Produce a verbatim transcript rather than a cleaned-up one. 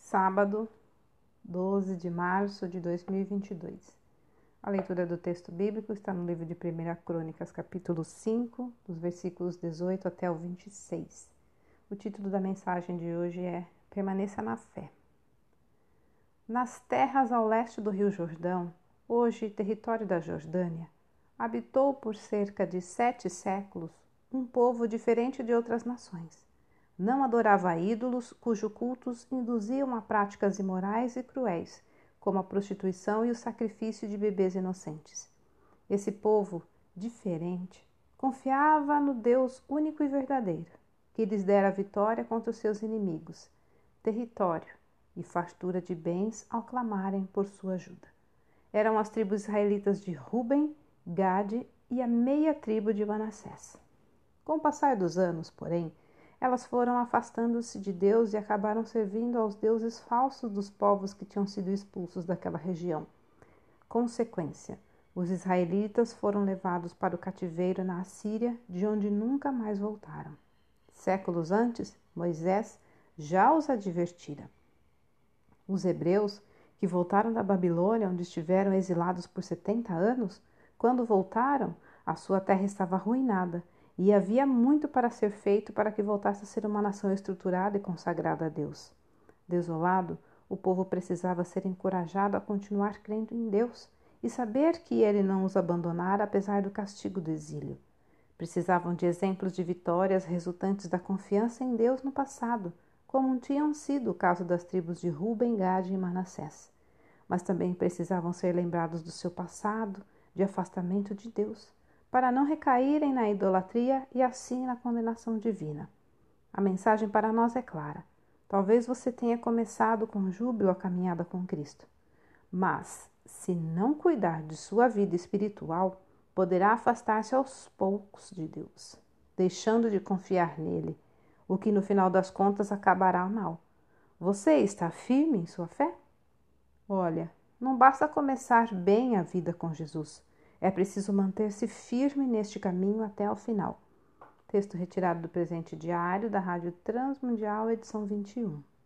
Sábado, doze de março de dois mil e vinte e dois. A leitura do texto bíblico está no livro de primeira Crônicas, capítulo cinco, dos versículos dezoito até o vinte e seis. O título da mensagem de hoje é Permaneça na Fé. Nas terras ao leste do rio Jordão, hoje território da Jordânia, habitou por cerca de sete séculos um povo diferente de outras nações. Não adorava ídolos cujos cultos induziam a práticas imorais e cruéis, como a prostituição e o sacrifício de bebês inocentes. Esse povo, diferente, confiava no Deus único e verdadeiro, que lhes dera vitória contra os seus inimigos, território e fartura de bens ao clamarem por sua ajuda. Eram as tribos israelitas de Ruben, Gade e a meia tribo de Manassés. Com o passar dos anos, porém, elas foram afastando-se de Deus e acabaram servindo aos deuses falsos dos povos que tinham sido expulsos daquela região. Consequência, os israelitas foram levados para o cativeiro na Assíria, de onde nunca mais voltaram. Séculos antes, Moisés já os advertira. Os hebreus, que voltaram da Babilônia, onde estiveram exilados por setenta anos, quando voltaram, a sua terra estava arruinada, e havia muito para ser feito para que voltasse a ser uma nação estruturada e consagrada a Deus. Desolado, o povo precisava ser encorajado a continuar crendo em Deus e saber que Ele não os abandonara apesar do castigo do exílio. Precisavam de exemplos de vitórias resultantes da confiança em Deus no passado, como tinham sido o caso das tribos de Ruben, Gade e Manassés. Mas também precisavam ser lembrados do seu passado, de afastamento de Deus, para não recaírem na idolatria e assim na condenação divina. A mensagem para nós é clara. Talvez você tenha começado com júbilo a caminhada com Cristo, mas, se não cuidar de sua vida espiritual, poderá afastar-se aos poucos de Deus, deixando de confiar nele, o que no final das contas acabará mal. Você está firme em sua fé? Olha, não basta começar bem a vida com Jesus. É preciso manter-se firme neste caminho até o final. Texto retirado do presente diário da Rádio Transmundial, edição vinte e um.